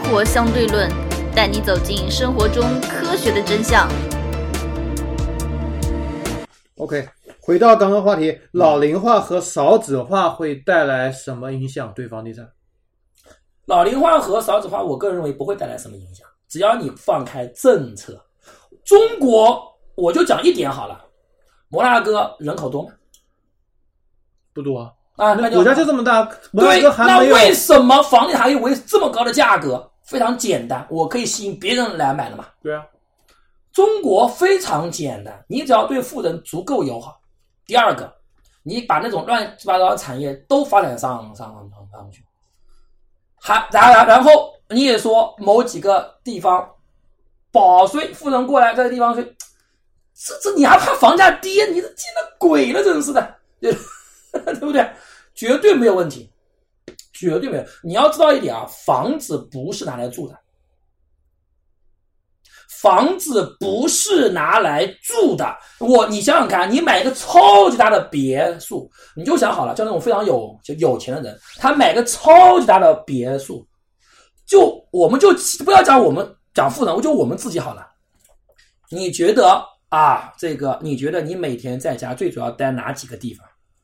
活相对论，带你走进生活中科学的真相。 OK， 回到刚刚话题，老龄化和少子化会带来什么影响对房地产？ 老龄化和少子化，我个人认为不会带来什么影响，只要你放开政策。中国我就讲一点好了，摩纳哥人口多吗？ 不多啊。 那国家就这么大，摩纳对， 哥还没有。 那为什么房地产可以维持这么高的价格？非常简单，我可以吸引别人来买了嘛。 对啊， 中国非常简单，你只要对富人足够友好。第二个，你把那种乱七八糟的产业都发展上去，然后你也说某几个地方保税，富人过来这个地方税，这你还怕房价跌？你这见了鬼了，真是的，对不对？绝对没有问题，绝对没有。你要知道一点啊，房子不是拿来住的，房子不是拿来住的。你想想看，你买一个超级大的别墅，你就想好了，像那种非常有钱的人，他买个超级大的别墅，我们就不要讲富人，就我们自己好了。你觉得你觉得你每天在家最主要待哪几个地方？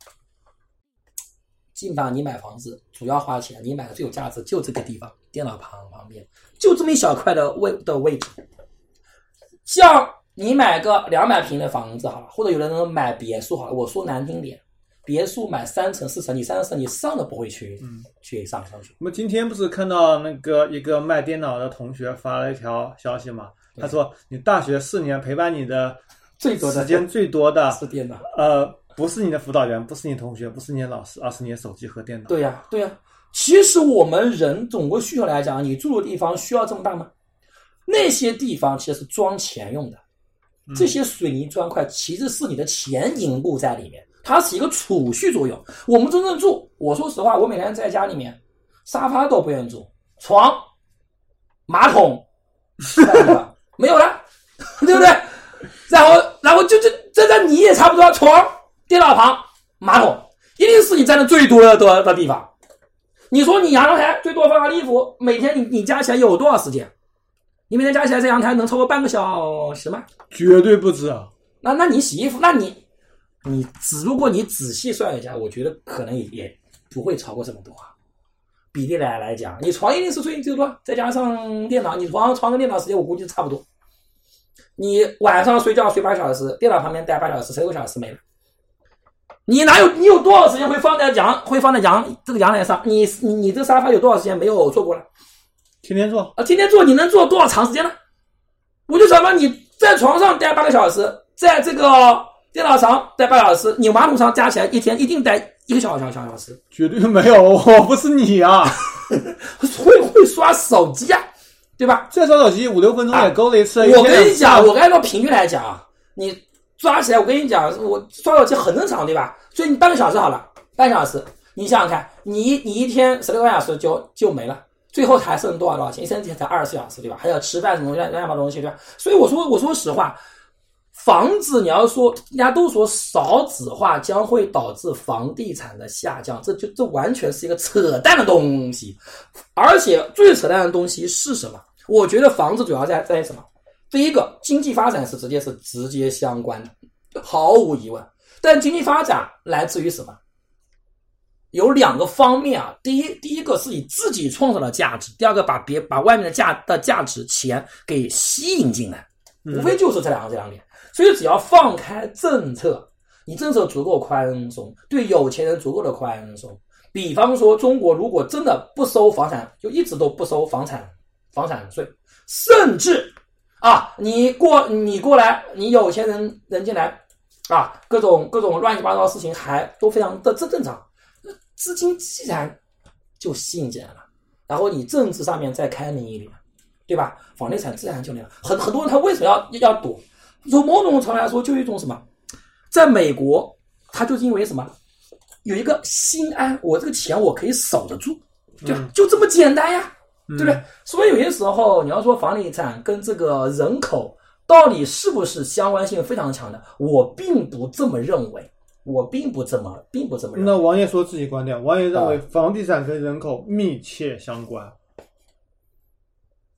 基本上你买房子主要花钱，你买的最有价值就这个地方，电脑旁边，就这么一小块的位置。像你买个200平的房子好了，或者有的人买别墅好了，我说难听点，别墅买3层4层，你3层你上都不会去上去。 我们今天不是看到那个一个卖电脑的同学发了一条消息吗？他说你大学4年陪伴你的时间最多的是电脑， 不是你的辅导员，不是你同学，不是你的老师，而是你的手机和电脑。 对呀。其实我们人总归需求来讲，你住的地方需要这么大吗？那些地方其实是装钱用的，这些水泥砖块其实是你的钱凝固在里面，它是一个储蓄作用。我们真正住，我说实话，我每天在家里面沙发都不愿意住，床马桶没有了，对不对？然后就这你也差不多，床电脑旁马桶一定是你占的最多的地方。你说你阳台最多放个衣服，每天你加起来有多少时间？你每天加起来在阳台能超过半个小时吗？ 绝对不止啊。 那你洗衣服，那如果你仔细算一下，我觉得可能也不会超过这么多啊。比例来讲，你床一定是最多，再加上电脑，你床跟电脑时间我估计差不多。你晚上睡觉睡8小时，电脑旁边待8小时，16个小时没了。你有多少时间会放在这个阳台上？你这沙发有多少时间没有做过了？ 天天做天天做，你能做多少长时间呢？我就想问你在床上待8个小时，在这个电脑上待8小时，你马桶上加起来一天一定待1个小时。 绝对没有，我不是你啊。 会刷手机啊，对吧？ 这刷手机5-6分钟也够了一次。 我跟你讲，我按照平均来讲啊，你抓起来，我跟你讲，我刷手机很正常，对吧？所以你半个小时好了，半小时，你想想看，你一天16个小时就没了。最后还剩多少钱？一天才24小时，对吧？还要吃饭什么乱七八糟东西，对吧？所以我说实话，房子你要说，人家都说少子化将会导致房地产的下降，这完全是一个扯淡的东西。而且最扯淡的东西是什么？我觉得房子主要在什么？第一个，经济发展是直接相关的，毫无疑问。但经济发展来自于什么？有2个方面啊，第一个是你自己创造的价值，第二个把外面的价值钱给吸引进来，无非就是这两点。所以只要放开政策，你政策足够宽松，对有钱人足够的宽松，比方说中国如果真的不收房产，就一直都不收房产税，甚至你过来，你有钱人进来各种乱七八糟的事情还都非常的正常。资金自然就吸引进来了，然后你政治上面再开明一点，对吧？房地产自然就那样。很多人他为什么要躲？从某种程度来说，就有一种什么，在美国，他就是因为什么，有一个心安，我这个钱我可以守得住，就这么简单呀，对不对？所以有些时候你要说房地产跟这个人口到底是不是相关性非常强的，我并不这么认为。并不这么认为。 那王爷说自己观点，王爷认为房地产跟人口密切相关。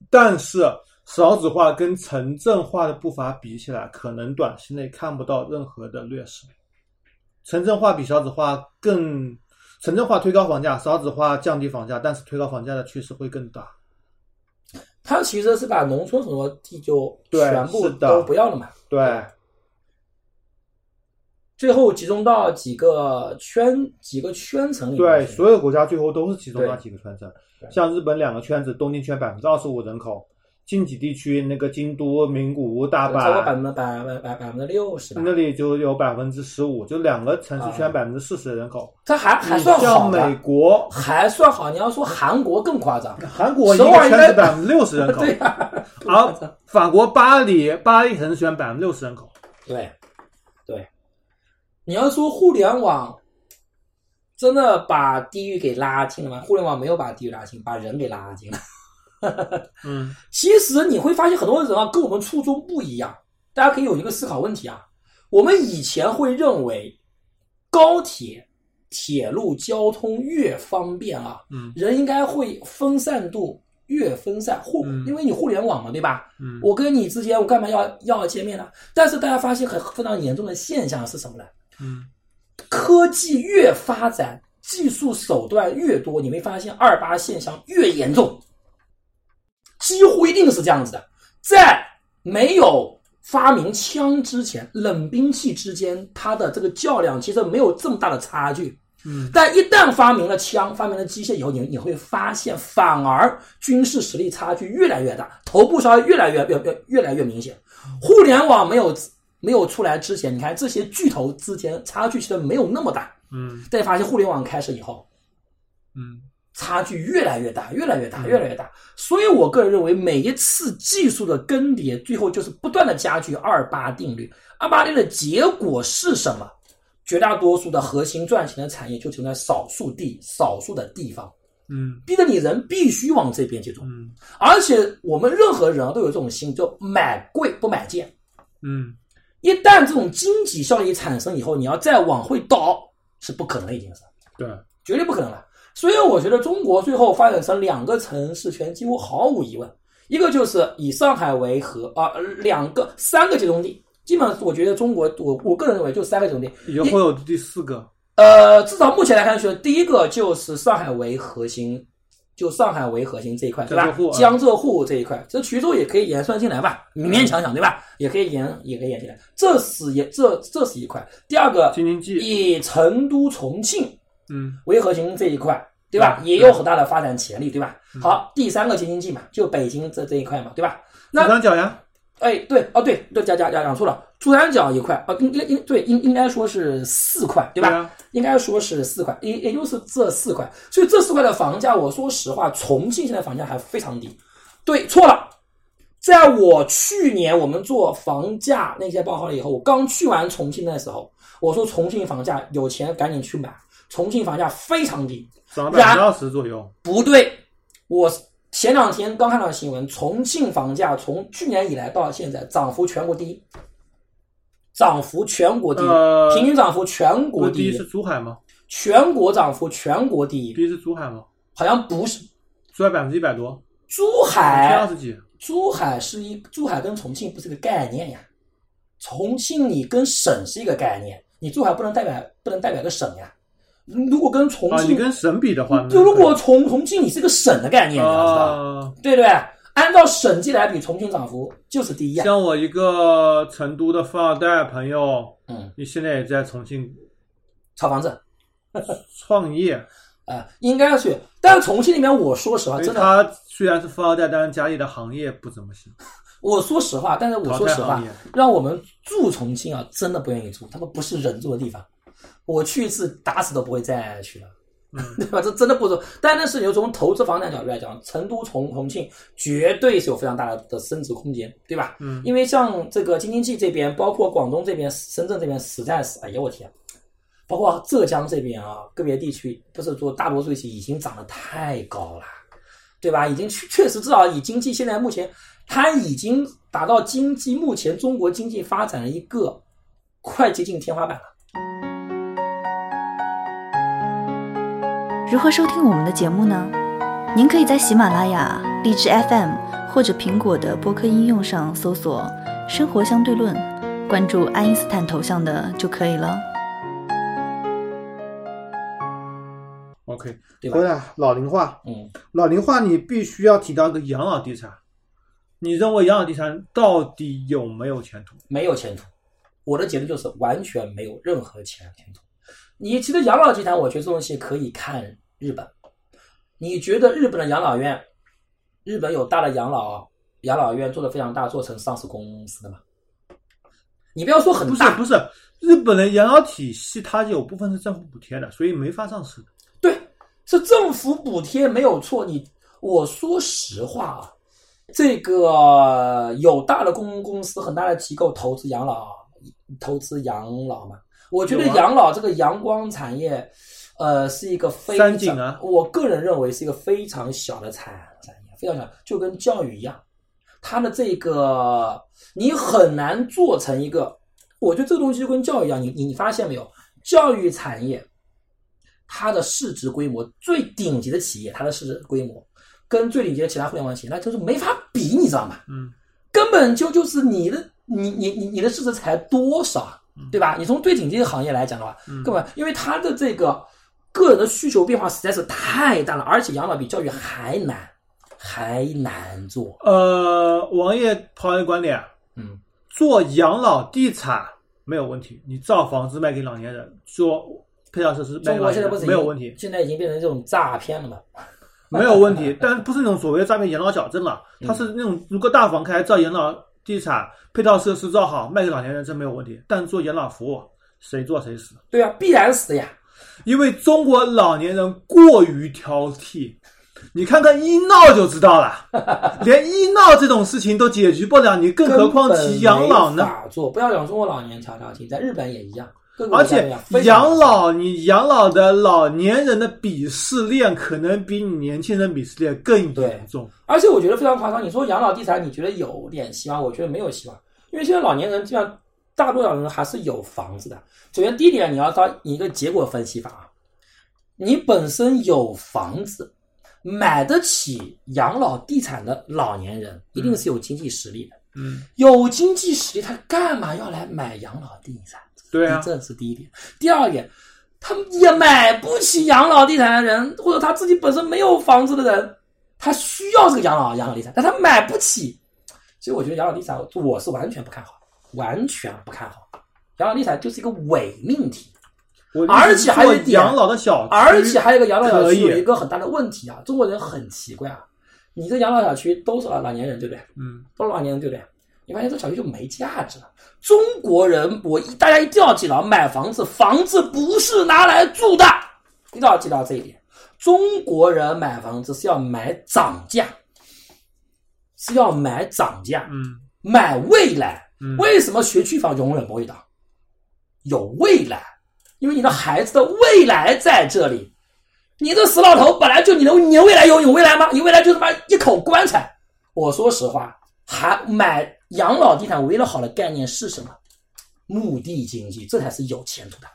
但是少子化跟城镇化的步伐比起来，可能短期内看不到任何的劣势。城镇化比少子化更，城镇化推高房价，少子化降低房价，但是推高房价的趋势会更大。 他其实是把农村很多地就全部都不要了嘛。 对， 最后集中到几个圈层里面。 对，所有国家最后都是集中到几个圈层。像日本2个圈子，东京圈25%人口，近畿地区那个京都、名古屋、大阪， 超过60%， 那里就有15%，就2个城市圈40%的人口。 这还算好的。 像美国还算好，你要说韩国更夸张， 韩国一个圈子60%人口， 对啊， 而法国巴黎城市圈60%人口。 对，你要说互联网真的把地域给拉近了吗？互联网没有把地域拉近，把人给拉近了。其实你会发现很多人啊，跟我们初衷不一样。大家可以有一个思考问题啊，我们以前会认为高铁、铁路交通越方便啊，人应该会分散度越分散，因为你互联网嘛，对吧？我跟你之间我干嘛要见面呢？但是大家发现非常严重的现象是什么呢？科技越发展，技术手段越多，你会发现28现象越严重，几乎一定是这样子的。在没有发明枪之前，冷兵器之间它的这个较量其实没有这么大的差距。但一旦发明了枪，发明了机械以后，你会发现反而军事实力差距越来越大，头部稍微越来越明显。互联网没有出来之前，你看这些巨头之间差距其实没有那么大。但发现互联网开始以后，差距越来越大。所以我个人认为，每一次技术的更迭，最后就是不断的加剧28定律。28定律的结果是什么？绝大多数的核心赚钱的产业就存在少数的地方。逼得你人必须往这边去走。而且我们任何人都有这种心，就买贵不买贱。一旦这种经济效益产生以后，你要再往回倒是不可能的一件事。对，绝对不可能了。所以我觉得中国最后发展成2个城市圈，几乎毫无疑问。一个就是以上海为核3个集中地。基本上我觉得中国，我个人认为就3个集中地， 以后会有第4个。 至少目前来看，第一个就是上海为核心，就上海为核心这一块，对吧？江浙沪这一块，这衢州也可以延算进来吧，勉强对吧？也可以延进来，这是一块。第二个，以成都、重庆为核心这一块，对吧？也有很大的发展潜力，对吧？好，第3个京津冀嘛，就北京这一块嘛，对吧？ 那珠三角呀。 讲错了，珠三角一块应该说是4块，对吧？应该说是4块，也就是这4块。所以这4块的房价，我说实话，重庆现在房价还非常低。对，错了。在我去年我们做房价那些报告了以后，我刚去完重庆的时候，我说重庆房价有钱赶紧去买，重庆房价非常低， 涨20%左右。 不对，我前2天刚看到新闻，重庆房价从去年以来到现在涨幅全国第一，平均涨幅全国第一。 第一是珠海吗？ 全国涨幅全国第一。 第一是珠海吗？ 好像不是。 珠海100多。 珠海 20几。 珠海跟重庆不是个概念呀。重庆你跟省是一个概念，你珠海不能代表个省呀。如果跟重庆， 你跟省比的话， 就如果重庆你是个省的概念，你要知道，对不对？按照省级来比，重庆涨幅就是第一。 像我一个成都的富二代朋友，你现在也在重庆炒房子、 创业， 应该是。但是重庆那边，我说实话，真的， 他虽然是富二代，但是家里的行业不怎么行。 我说实话，让我们住重庆啊，真的不愿意住，他们不是人住的地方。我去一次打死都不会再去了，对吧？这真的不是。但是你从投资房产角度来讲，成都、重庆绝对是有非常大的升值空间，对吧？因为像这个京津冀这边，包括广东这边、深圳这边，实在是，哎呀我天，包括浙江这边啊，个别地区不是说大多数地区已经涨得太高了，对吧？已经确实至少以经济现在目前，它已经达到经济目前中国经济发展的一个快接近天花板了。 如何收听我们的节目呢？您可以在喜马拉雅、荔枝 FM 或者苹果的播客应用上搜索“生活相对论”，关注爱因斯坦头像的就可以了。 OK， 对吧？ 回来老龄化，老龄化你必须要提到一个养老地产。你认为养老地产到底有没有前途？ 没有前途。我的结论就是完全没有任何前途。你提的养老地产，我觉得这东西可以看日本。你觉得日本的养老院，日本有大的养老院做得非常大，做成上市公司的吗？你不要说很大， 不是，日本的养老体系它有部分是政府补贴的，所以没法上市的。 对，是政府补贴没有错。我说实话啊，这个有大的公司、很大的机构投资养老嘛？我觉得养老这个阳光产业，是一个非常，我个人认为是一个非常小的产业，非常小，就跟教育一样，它的这个你很难做成一个，我觉得这个东西就跟教育一样，你发现没有？教育产业它的市值规模，最顶级的企业，它的市值规模跟最顶级的其他互联网企业，那就是没法比，你知道吗？根本就是你的市值才多少，对吧？你从最顶级的行业来讲的话，根本因为它的这个个人的需求变化实在是太大了，而且养老比教育还难做。 王爷抛一个观点，做养老地产没有问题，你造房子卖给老年人，做配套设施卖给老年人没有问题。 现在已经变成这种诈骗了嘛？ 没有问题，但不是那种所谓的诈骗养老矫正了，它是那种如果大房开造养老地产配套设施造好卖给老年人，这没有问题。但做养老服务谁做谁死？ 对啊，必然死的呀。 因为中国老年人过于挑剔，你看看医闹就知道了，连医闹这种事情都解决不了，你更何况提养老呢？ 不要讲中国老年挑剔，在日本也一样。 而且养老，你养老的老年人的鄙视链可能比你年轻人鄙视链更严重。 而且我觉得非常夸张，你说养老地产你觉得有点希望，我觉得没有希望，因为现在老年人基本上大多数人还是有房子的。首先第一点，你要到一个结果分析法啊，你本身有房子买得起养老地产的老年人一定是有经济实力的。有经济实力他干嘛要来买养老地产？ 对啊， 这是第一点。第二点，他也买不起养老地产的人，或者他自己本身没有房子的人，他需要这个养老地产，但他买不起。所以我觉得养老地产我是完全不看好，完全不看好。养老地产就是一个伪命题。而且还有一点， 养老的小区， 而且还有一个养老小区有一个很大的问题啊，中国人很奇怪啊，你这养老小区都是老年人，对不对？都是老年人，对不对？你发现这小区就没价值了。中国人，大家一定要记牢，买房子不是拿来住的，一定要记到这一点。中国人买房子是要买涨价，买未来。为什么学区房永远不会倒？有未来，因为你的孩子的未来在这里。你这死老头本来就你的未来有未来吗？你未来就是一口棺材。我说实话，还买养老地产为了好的概念是什么？目的经济，这才是有前途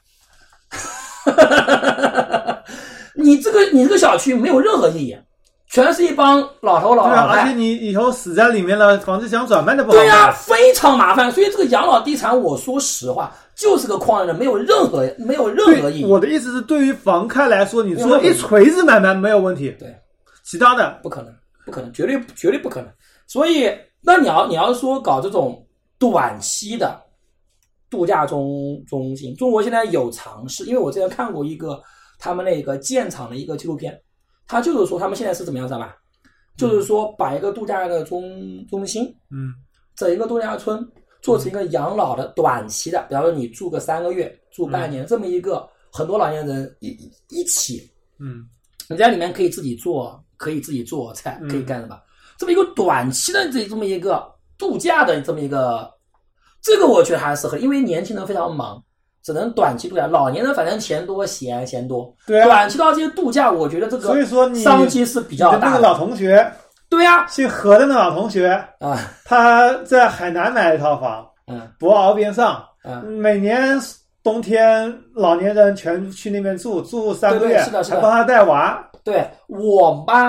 的。你这个小区没有任何意义，全是一帮老头老太， 而且你以后死在里面了，房子想转卖的不好卖。 对啊，非常麻烦。所以这个养老地产，我说实话，就是个矿人，没有任何意义。 我的意思是，对于房开来说，你做一锤子买卖没有问题， 对， 其他的不可能，绝对不可能。所以，那你要说搞这种短期的度假中心，中国现在有尝试，因为我之前看过一个他们那个建厂的一个纪录片，他就是说他们现在是怎么样，知道吧？就是说把一个度假的中心，整一个度假村做成一个养老的短期的，比方说你住个3个月、住半年，这么一个很多老年人一起，你在里面可以自己做菜，可以干什么？这么一个短期的这么一个度假的这么一个，这个我觉得还是因为年轻人非常忙，只能短期度假，老年人反正钱多闲多， 对啊， 短期到这些度假，我觉得这个所以说商机是比较大的。 那个老同学， 对啊， 姓何的那老同学啊，他在海南买了一套房，博鳌边上，每年冬天老年人全去那边住3个月， 是的， 还帮他带娃。 对，我妈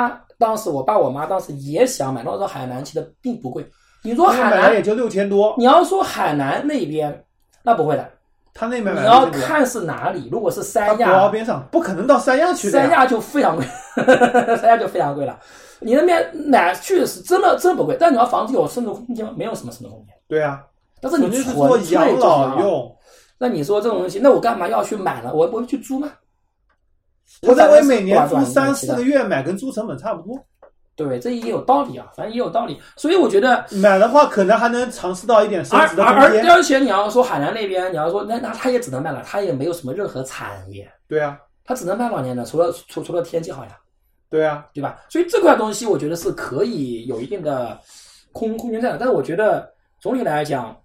当时我爸我妈当时也想买，那时候海南其实并不贵。你说海南也就6000多， 你要说海南那边那不会的， 他那边你要看是哪里。如果是三亚， 国洱边上不可能到三亚去的， 三亚就非常贵，三亚就非常贵了。你那边买确实真不贵，但你要房子有生存空间吗？没有什么生存空间。 对啊， 但是你纯做粹养老用， 那你说这种东西，那我干嘛要去买呢？我去租吗？ 我认为每年租3-4个月买跟租成本差不多。 对，这也有道理啊，反正也有道理。所以我觉得买的话，可能还能尝试到一点升值的空间。 而且你要说海南那边，你要说那他也只能卖了，他也没有什么任何产业。 对啊， 他只能卖2年的，除了天气好呀。 对啊， 对吧？所以这块东西我觉得是可以有一定的空间在的，但是我觉得总体来讲，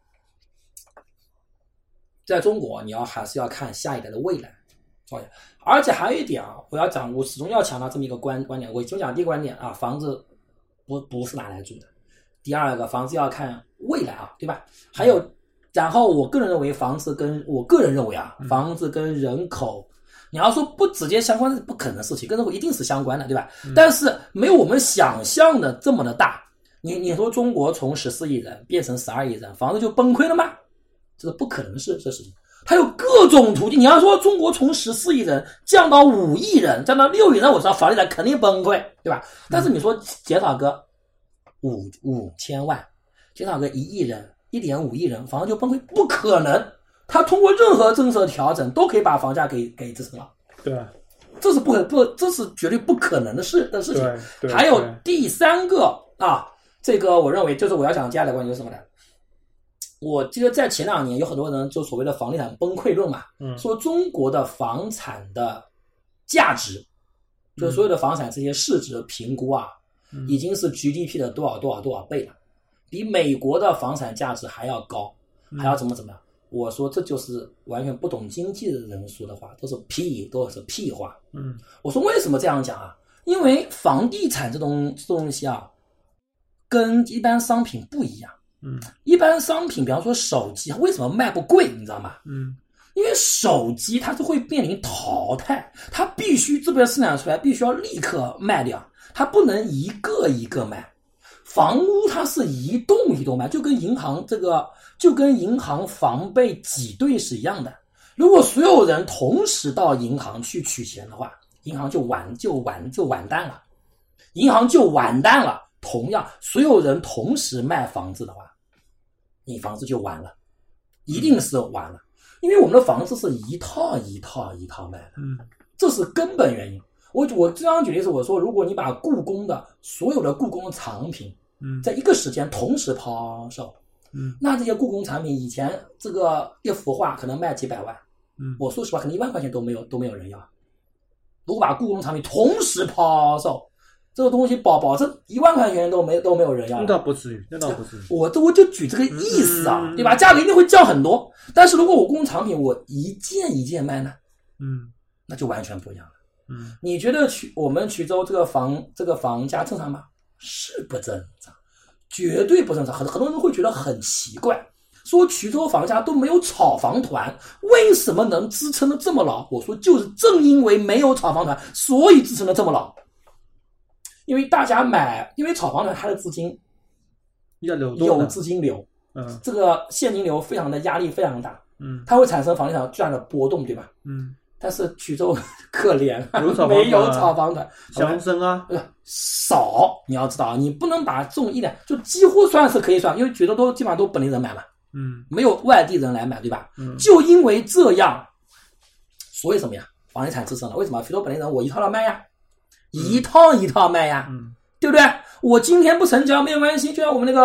在中国你还是要看下一代的未来。而且还有一点啊，我始终要强调这么一个观点。我就讲第一个观点啊，房子不是拿来住的。第二个，房子要看未来啊，对吧？还有，然后我个人认为房子跟人口，你要说不直接相关是不可能的事情，跟人口一定是相关的，对吧？但是没有我们想象的这么的大。你说中国从14亿人变成12亿人，房子就崩溃了吗？这是不可能的事情。它有各种途径。你要说中国从14亿人降到5亿人，降到6亿人，我知道房地产肯定崩溃，对吧？但是你说减少个5000万，减少个1亿人，1.5亿人，房子就崩溃？不可能。它通过任何政策调整都可以把房价给支撑了。 对， 这是这是绝对不可能的事情。 对， 还有第三个啊，这个我认为就是我要讲的接下来的观点是什么呢？我记得在前2年有很多人就所谓的房地产崩溃论嘛，说中国的房产的价值，就是所有的房产这些市值评估啊，已经是 GDP 的多少倍了，比美国的房产价值还要高，还要怎么样？我说这就是完全不懂经济的人说的话，都是屁话。我说为什么这样讲啊？因为房地产这东西啊，跟一般商品不一样。一般商品，比方说手机，为什么卖不贵？你知道吗？因为手机它是会面临淘汰，它必须这边生产出来，必须要立刻卖掉，它不能一个一个卖。房屋它是一栋卖，就跟银行房被挤兑是一样的。如果所有人同时到银行去取钱的话，银行就完蛋了，银行就完蛋了。同样，所有人同时卖房子的话，你房子就完了，一定是完了。因为我们的房子是一套卖的，这是根本原因。我经常举例是，我说如果你把所有的故宫的藏品，在一个时间同时抛售，那这些故宫产品以前这个一幅画可能卖几百万，我说实话，可能1万块钱都没有人要。如果把故宫产品同时抛售，这个东西保证1万块钱都没有人要。 那倒不至于。 我就举这个意思啊，对吧？价格一定会降很多。但是如果我故宫藏品我一件一件卖呢，那就完全不一样了。你觉得我们衢州这个房价正常吗？是不正常，绝对不正常。很多人会觉得很奇怪，说衢州房价都没有炒房团，为什么能支撑的这么牢？我说就是正因为没有炒房团，所以支撑的这么牢。因为大家因为炒房团它的资金有资金流，这个现金流非常的压力非常大，它会产生房地产巨大的波动，对吧？但是衢州可怜没有炒房团， 乡绅啊， 少。你要知道，你不能把这种一点就几乎算是可以算，因为衢州基本上都本地人买嘛，没有外地人来买，对吧？就因为这样，所以什么呀？房地产支撑了。为什么？衢州本地人我一套要卖呀，一套卖呀，对不对？我今天不成交没有关系，就像我们那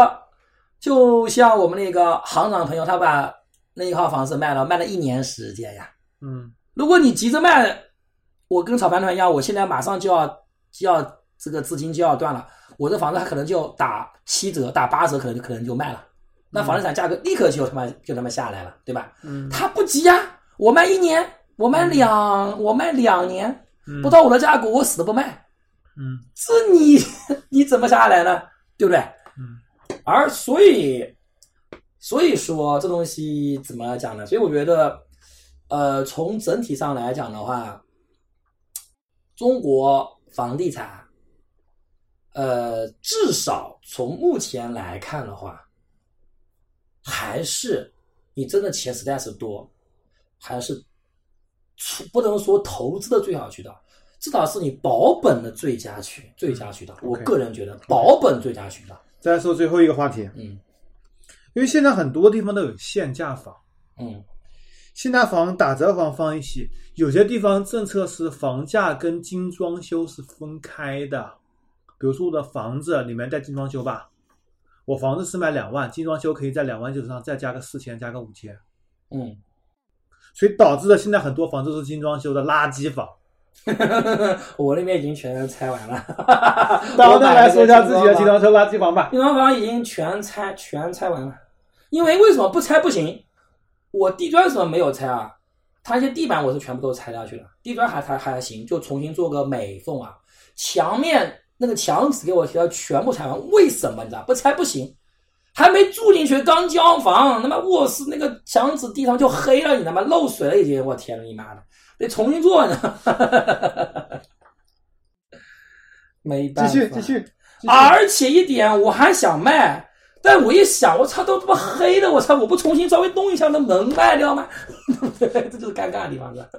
个行长朋友，他把那一套房子卖了1年时间呀。如果你急着卖，我跟炒房团一样，我现在马上就要这个资金就要断了，我这房子它可能就打7折打8折，可能就卖了，那房地产价格立刻就他妈下来了，对吧？他不急呀，我卖1年，我卖2年，不到我的价格我死都不卖。这你怎么下来呢？对不对？而所以说这东西怎么讲呢？所以我觉得从整体上来讲的话，中国房地产至少从目前来看的话，还是你真的钱实在是多，还是不能说投资的最好渠道，至少是你保本的最佳渠道。我个人觉得保本最佳渠道。 再说最后一个话题，因为现在很多地方都有限价房，限价房、打折房放一起，有些地方政策是房价跟精装修是分开的。比如说我的房子里面带精装修吧，我房子是卖2万，精装修可以在2万基础上再加个4000，加个5000。所以导致了现在很多房子都是精装修的垃圾房。 我那边已经全拆完了。 当然来说一下自己的精装修垃圾房吧。 精装房已经全拆完了。因为什么不拆不行？我地砖什么没有拆啊，它一些地板我是全部都拆下去了，地砖还行，就重新做个美缝啊。墙面那个墙纸给我提到全部拆完，为什么你知道？不拆不行。还没住进去，刚交房，他妈卧室那个墙纸地上就黑了，你他妈漏水了已经，我天哪，你妈的，得重新做呢。没办法， 继续。 而且一点我还想卖，但我一想，我操，都他妈黑的，我操，我不重新稍微弄一下，能卖掉吗？这就是尴尬的地方，是吧？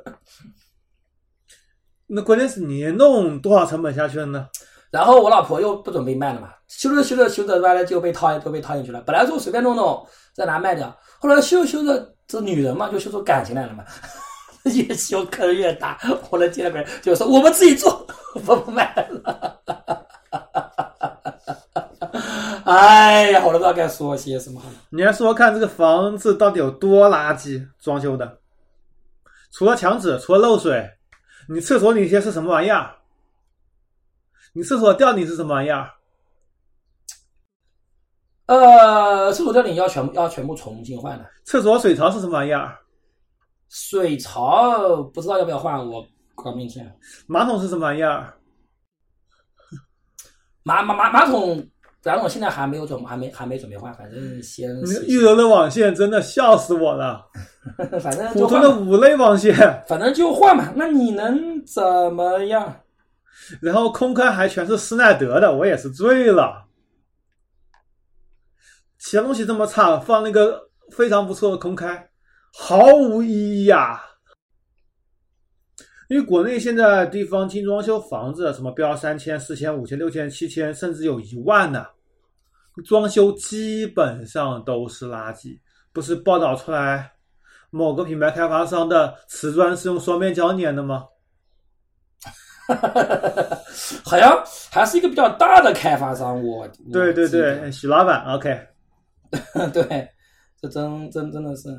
那关键是你弄多少成本下去了呢？ 然后我老婆又不准备卖了嘛，修着完了就被套进去了。本来说随便弄再拿卖掉，后来修着这女人嘛，就修出感情来了嘛，越修坑越大。后来接了个人就说我们自己做，不卖了。哎呀，我都不知道该说些什么。 你来说看这个房子到底有多垃圾装修的？除了墙纸，除了漏水，你厕所里些是什么玩意儿？你厕所吊顶是什么玩意儿？ 厕所吊顶要全部重新换的。 厕所水槽是什么玩意儿？ 水槽不知道要不要换，我搞不明白。 马桶是什么玩意儿？ 马桶现在还没准备换，反正先。 育儿的网线真的笑死我了。 反正普通的5类网线， 反正就换嘛。那你能怎么样？ 然后空开还全是施耐德的，我也是醉了。其他东西这么差，放那个非常不错的空开，毫无意义呀。因为国内现在地方精装修房子，什么标3000、4000、5000、6000、7000，甚至有1万的，装修基本上都是垃圾。不是报道出来某个品牌开发商的瓷砖是用双面胶粘的吗？ 好像还是一个比较大的开发商， 对，许老板 OK。 对，这真的是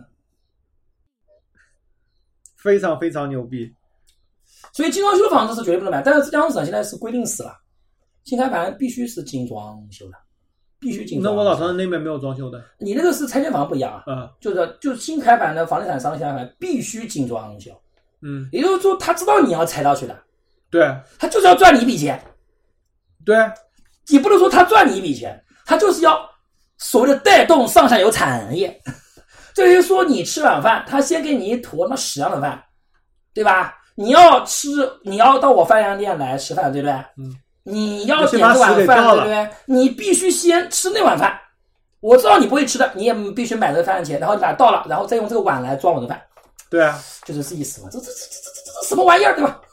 非常非常牛逼。 所以精装修房子是绝对不能买，但是浙江省现在是规定死了，新开盘必须是精装修的，必须精装。 那我老张那边没有装修的。 你那个是拆迁房不一样啊，就是新开盘的房地产商新开盘必须精装修。也就是说他知道你要拆到去的。 对， 他就是要赚你一笔钱。 对， 你不能说他赚你一笔钱，他就是要所谓的带动上下游产业。这就是说你吃晚饭，他先给你一坨那屎样的饭，对吧？你要到我饭量店来吃饭，对不对？你要点这碗饭，对不对？你必须先吃那碗饭。我知道你不会吃的，你也必须买这个饭钱，然后你把它倒了，然后再用这个碗来装我的饭。 对啊， 就是这意思嘛。这什么玩意儿，对吧？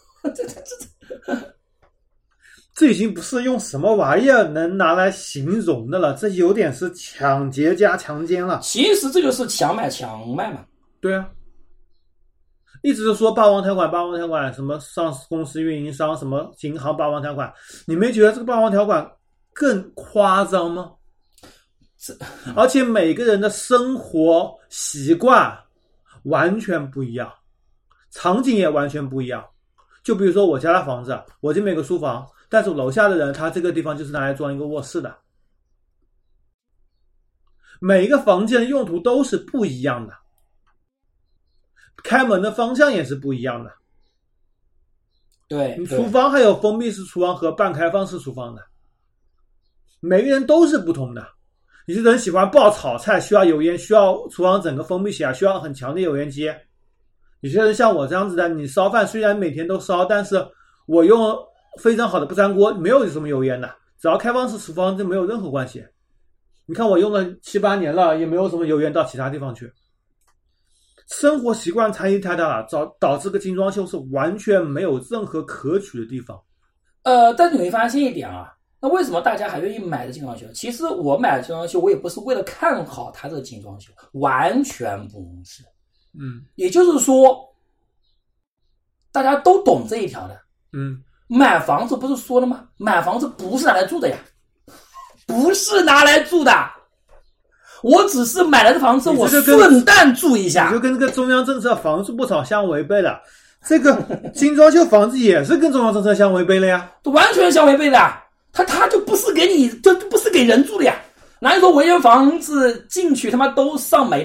这已经不是用什么玩意儿能拿来形容的了，这有点是抢劫加强奸了。 其实这就是强买强卖嘛。 对啊，一直说霸王条款，什么上市公司运营商，什么银行霸王条款，你没觉得这个霸王条款更夸张吗？而且每个人的生活习惯完全不一样，场景也完全不一样。就比如说我家的房子，我这边有个书房，但是楼下的人他这个地方就是拿来装一个卧室的。每一个房间的用途都是不一样的，开门的方向也是不一样的。 对， 厨房还有封闭式厨房和半开放式厨房的，每个人都是不同的。有些人喜欢爆炒菜，需要油烟，需要厨房整个封闭起来，需要很强的油烟机。有些人像我这样子的，你烧饭虽然每天都烧，但是我用非常好的不粘锅，没有什么油烟的， 只要开放式厨房就没有任何关系。你看我用了7、8年了，也没有什么油烟到其他地方去。生活习惯差异太大了，导致个精装修是完全没有任何可取的地方。 但是你会发现一点啊，那为什么大家还愿意买的精装修？其实我买的精装修，我也不是为了看好它这个精装修，完全不是。也就是说，大家都懂这一条的。买房子不是说了吗？买房子不是拿来住的呀，不是拿来住的。我只是买了这房子，我顺带住一下。 你就跟这个中央政策房住不炒相违背了。这个精装修房子也是跟中央政策相违背了呀， 完全相违背的。他就不是给你，就不是给人住的呀。哪有说我一间房子进去他妈都上煤的？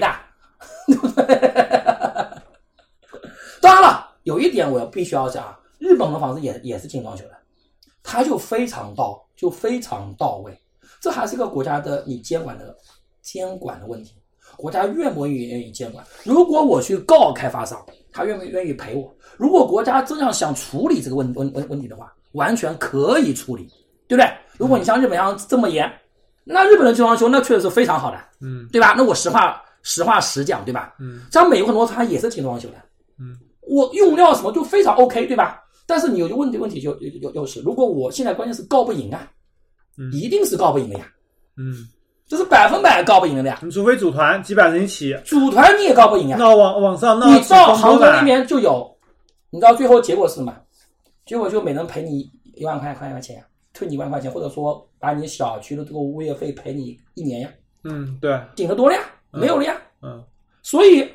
当然了，有一点我必须要讲，日本的房子也是精装修的，它就非常到位。这还是一个国家的你监管的问题，国家愿不愿意监管？如果我去告开发商，他愿不愿意赔我？如果国家真要想处理这个问题的话，完全可以处理，对不对？如果你像日本一样这么严，那日本的精装修那确实是非常好的，对吧？那我实话实讲，对吧？像美国很多它也是精装修的，我用料什么就非常 OK， 对吧？但是你有一个问题就是如果我现在关键是告不赢啊，一定是告不赢的呀，这是100%告不赢的呀。 你除非组团几百人一起， 组团你也告不赢啊。 那网上你到杭州那边就有，你知道最后结果是什么？结果就每人赔你1万块钱呀，退你1万块钱，或者说把你小区的这个物业费赔你1年呀。 对， 顶得多了呀，没有了呀。所以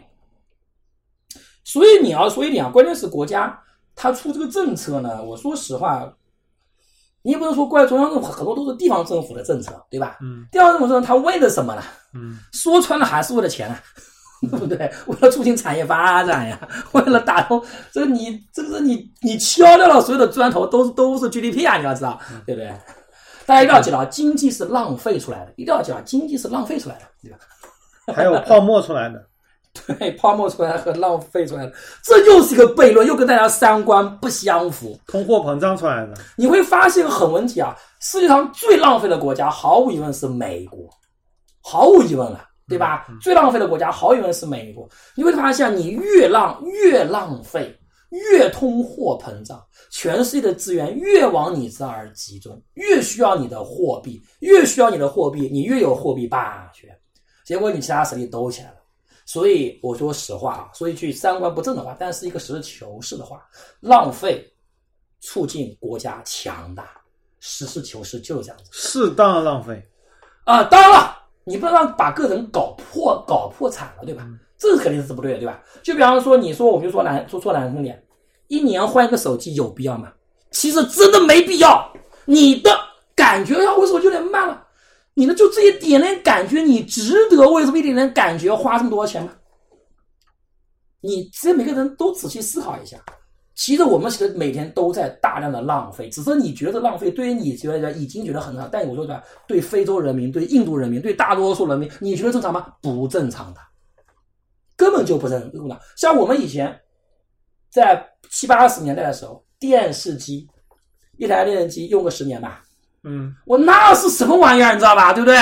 你要说一点啊，关键是国家它出这个政策呢，我说实话。你也不能说怪中央政府，很多都是地方政府的政策，对吧？地方政府它为了什么呢？说穿了还是为了钱啊，对不对？为了促进产业发展呀，为了打通这个你敲掉了所有的砖头都是 GDP 啊，你要知道，对不对？大家一定要记得，经济是浪费出来的，一定要记得，经济是浪费出来的，对吧？ 还有泡沫出来的。 对，泡沫出来和浪费出来的，这又是一个悖论，又跟大家三观不相符。 通货膨胀出来的， 你会发现很问题啊！世界上最浪费的国家，毫无疑问是美国，毫无疑问了，对吧？最浪费的国家，毫无疑问是美国。你会发现，你越浪费，越通货膨胀，全世界的资源越往你这儿集中，越需要你的货币，你越有货币霸权，结果你其他实力都起来了。所以我说实话啊，说一句三观不正的话，但是一个实事求是的话，浪费促进国家强大，实事求是就是这样子。适当的浪费当然了，你不能让把个人搞破产了，对吧？这肯定是不对的，对吧？就比方说，我们就说难听点，一年换一个手机有必要吗？其实真的没必要。你的感觉要为什么有点慢了？你的就这一点点感觉，你值得为什么一点点感觉花这么多钱吗？你其实每个人都仔细思考一下，其实我们其实每天都在大量的浪费，只是你觉得浪费对于你觉得已经觉得很好，但我说的对非洲人民、对印度人民、对大多数人民，你觉得正常吗？不正常的，根本就不正常。像我们以前在70、80年代的时候，电视机一台电视机用个10年吧。我那是什么玩意儿，你知道吧？对不对？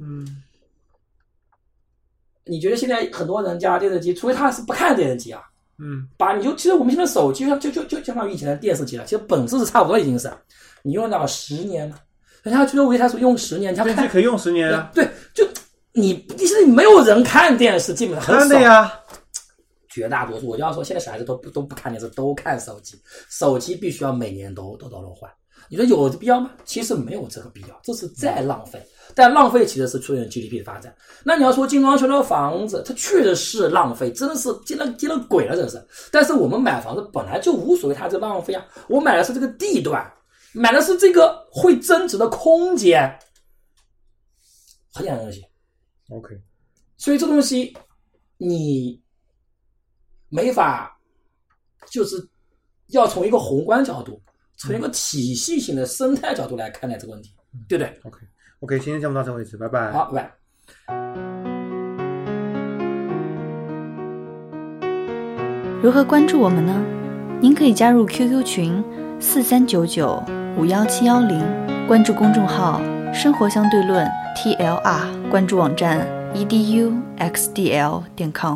你觉得现在很多人家电视机，除非他是不看电视机啊，其实我们现在手机就相当于以前的电视机了，其实本质是差不多，已经是你用到10年了，人家觉得我一台手机用10年， 电视可以用10年啊。 对，就其实没有人看电视，基本上很少看的呀。 绝大多数，我就要说，现在小孩子都不看电视，都看手机，手机必须要每年都换。你说有必要吗？其实没有这个必要，这是再浪费。但浪费其实是促进 GDP 的发展。那你要说精装修的房子，它确实是浪费，真的是见了鬼了，真是。但是我们买房子本来就无所谓它这浪费啊，我买的是这个地段，买的是这个会增值的空间，很简单的东西。 OK， 所以这东西你没法，就是要从一个宏观角度。从一个体系性的生态角度来看待这个问题，对不对 ？OK， 今天节目到此为止，拜拜。 好，拜拜。 如何关注我们呢？您可以加入 QQ 群4399 51710，关注公众号生活相对论 TLR， 关注网站 eduxdl.com。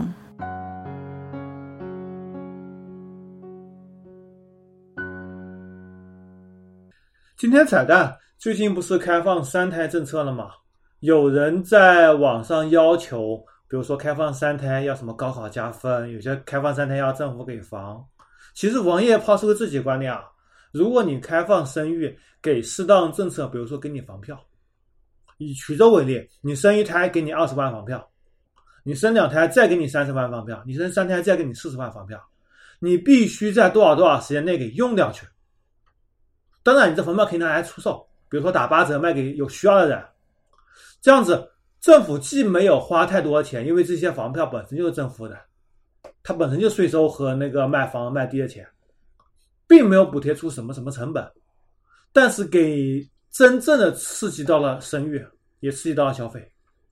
今天彩蛋，最近不是开放3胎政策了吗？有人在网上要求，比如说开放3胎要什么高考加分，有些开放3胎要政府给房。其实王爷抛出了自己观点啊，如果你开放生育，给适当政策，比如说给你房票，以衢州为例，你生1胎给你20万房票，你生2胎再给你30万房票，你生3胎再给你40万房票，你必须在多少时间内给用掉去。当然你这房票可以拿来出售，比如说打8折卖给有需要的人，这样子政府既没有花太多钱，因为这些房票本身就是政府的，它本身就税收和那个卖房卖地的钱，并没有补贴出什么成本，但是给真正的刺激到了生育，也刺激到了消费。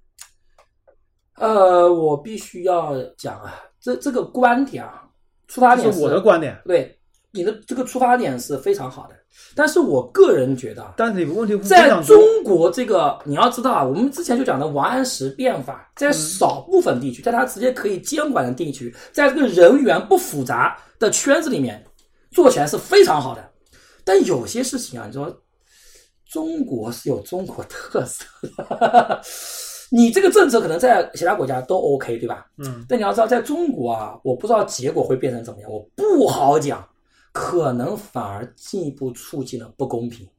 我必须要讲啊，这个观点啊，出发点是我的观点， 对你的这个出发点是非常好的，但是我个人觉得， 但是有个问题在中国这个你要知道啊，我们之前就讲的王安石变法，在少部分地区，在他直接可以监管的地区，在这个人员不复杂的圈子里面做起来是非常好的。但有些事情啊，你说中国是有中国特色的你这个政策可能在其他国家都 OK 对吧？但你要知道在中国啊，我不知道结果会变成怎么样，我不好讲，可能反而进一步促进了不公平。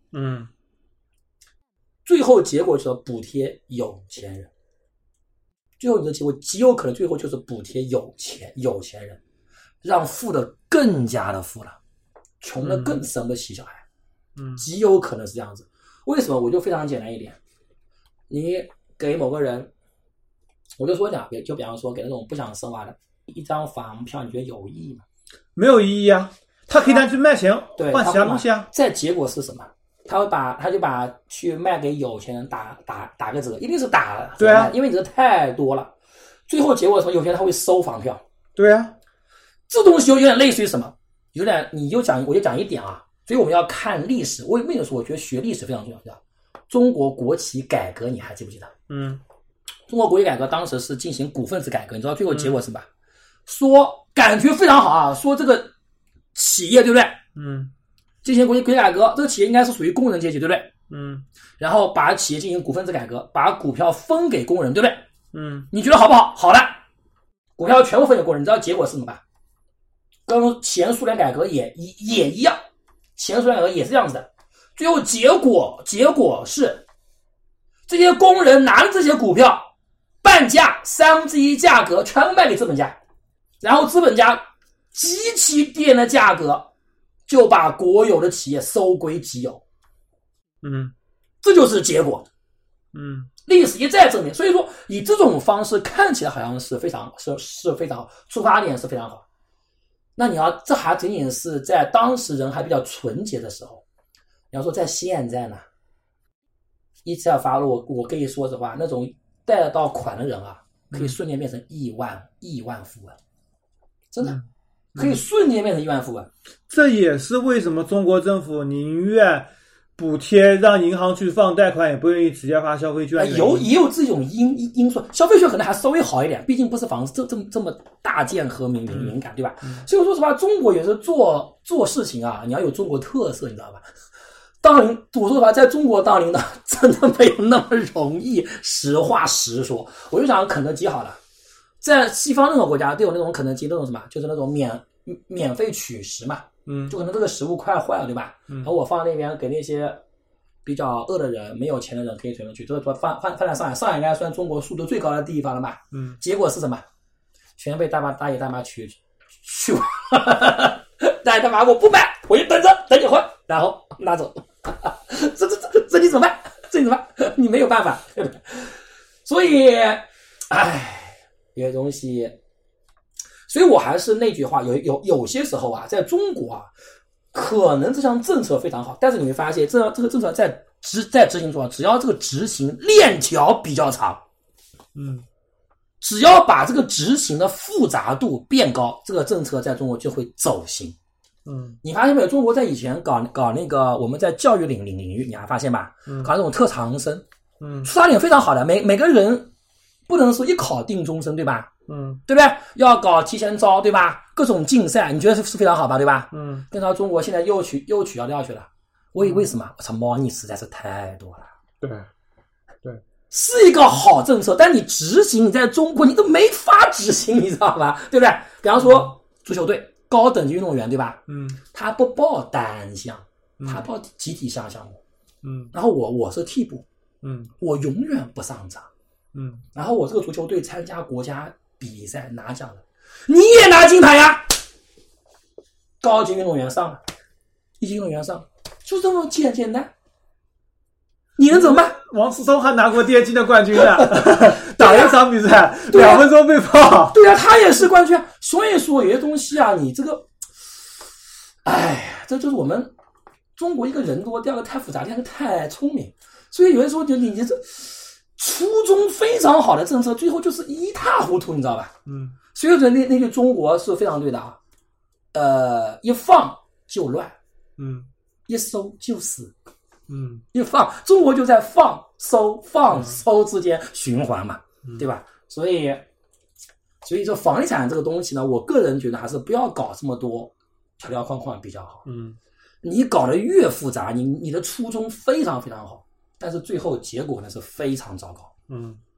最后结果就是补贴有钱人，最后你的结果极有可能最后就是补贴有钱人，让富的更加的富了，穷的更生不起小孩。极有可能是这样子。为什么？我就非常简单一点，你给某个人，我就说讲，就比方说给那种不想生娃的一张房票，你觉得有意义吗？ 没有意义啊，他可以拿去卖钱换其他东西啊。 再结果是什么？他就把去卖给有钱人打个折，一定是打了。 对啊， 因为你这太多了。最后结果什么？有钱人他会收房票。 对啊， 这东西有点类似于什么？有点我就讲一点啊。所以我们要看历史。为什么说我觉得学历史非常重要？中国国企改革你还记不记得？中国国企改革当时是进行股份制改革，你知道最后结果是什么？说感觉非常好啊，说这个企业对不对？进行国企改革，这个企业应该是属于工人阶级对不对？然后把企业进行股份制改革，把股票分给工人对不对？你觉得好不好？好了，股票全部分给工人，你知道结果是什么吧？跟前苏联改革也一样，前苏联改革也是这样子的。最后结果是这些工人拿了这些股票半价1/3价格全部卖给资本家，然后资本家极其低廉的价格就把国有的企业收归己有。这就是结果。历史一再证明。所以说以这种方式看起来好像是非常出发点是非常好。那你要这还仅仅是在当时人还比较纯洁的时候，你要说在现在呢，一次要发入我可以说实话，那种贷得到款的人啊，可以瞬间变成亿万富翁，真的可以瞬间变成亿万富翁。 这也是为什么中国政府宁愿补贴让银行去放贷款，也不愿意直接发消费券。 也有这种因素，消费券可能还稍微好一点，毕竟不是房子这么大件和敏感，对吧？所以我说实话，中国也是做事情啊，你要有中国特色，你知道吧？我说实话，在中国当领导真的没有那么容易。实话实说，我就想肯德基好了，在西方任何国家都有那种肯德基那种什么，就是那种免费取食嘛。就可能这个食物快坏了，对吧？然后我放在那边给那些比较饿的人、没有钱的人可以随便去。这个放在上海，上海应该算中国素质最高的地方了吧？结果是什么？全被大爷大妈取大爷大妈我不买，我就等你回，然后拿走。这你怎么办？这你怎么办？你没有办法，对不对？所以，有些东西。所以我还是那句话，有些时候啊，在中国啊，可能这项政策非常好，但是你会发现，这个政策在执行中，只要这个执行链条比较长，只要把这个执行的复杂度变高，这个政策在中国就会走形。 你发现没有？中国在以前搞那个我们在教育领域，你还发现吧？搞那种特长生，出发点非常好的，每个人不能说一考定终身，对吧？对不对？要搞提前招，对吧？各种竞赛，你觉得是非常好吧？对吧？跟到中国现在又取消掉去了，为什么？我操，猫腻实在是太多了。 对， 是一个好政策，但你执行，你在中国你都没法执行，你知道吧？对不对？比方说足球队高等级运动员，对吧？他不报单项，他报集体项目。然后我是替补，我永远不上场。然后我这个足球队参加国家比赛拿奖了，你也拿金牌呀！高级运动员上了，一级运动员上，就这么简单。你能怎么办？ 王思聪还拿过电竞的冠军呢，打一场比赛2分钟被泡。 对啊，他也是冠军。所以说有些东西啊，你这个，这就是我们中国一个人多，第二个太复杂，第三个太聪明。所以有些时候你这初衷非常好的政策，最后就是一塌糊涂，你知道吧？所以那句中国是非常对的啊。一放就乱，一收就死。一放，中国就在放收之间循环嘛，对吧？所以这房地产这个东西呢，我个人觉得还是不要搞这么多条框框比较好。你搞得越复杂，你的初衷非常非常好，但是最后结果呢是非常糟糕。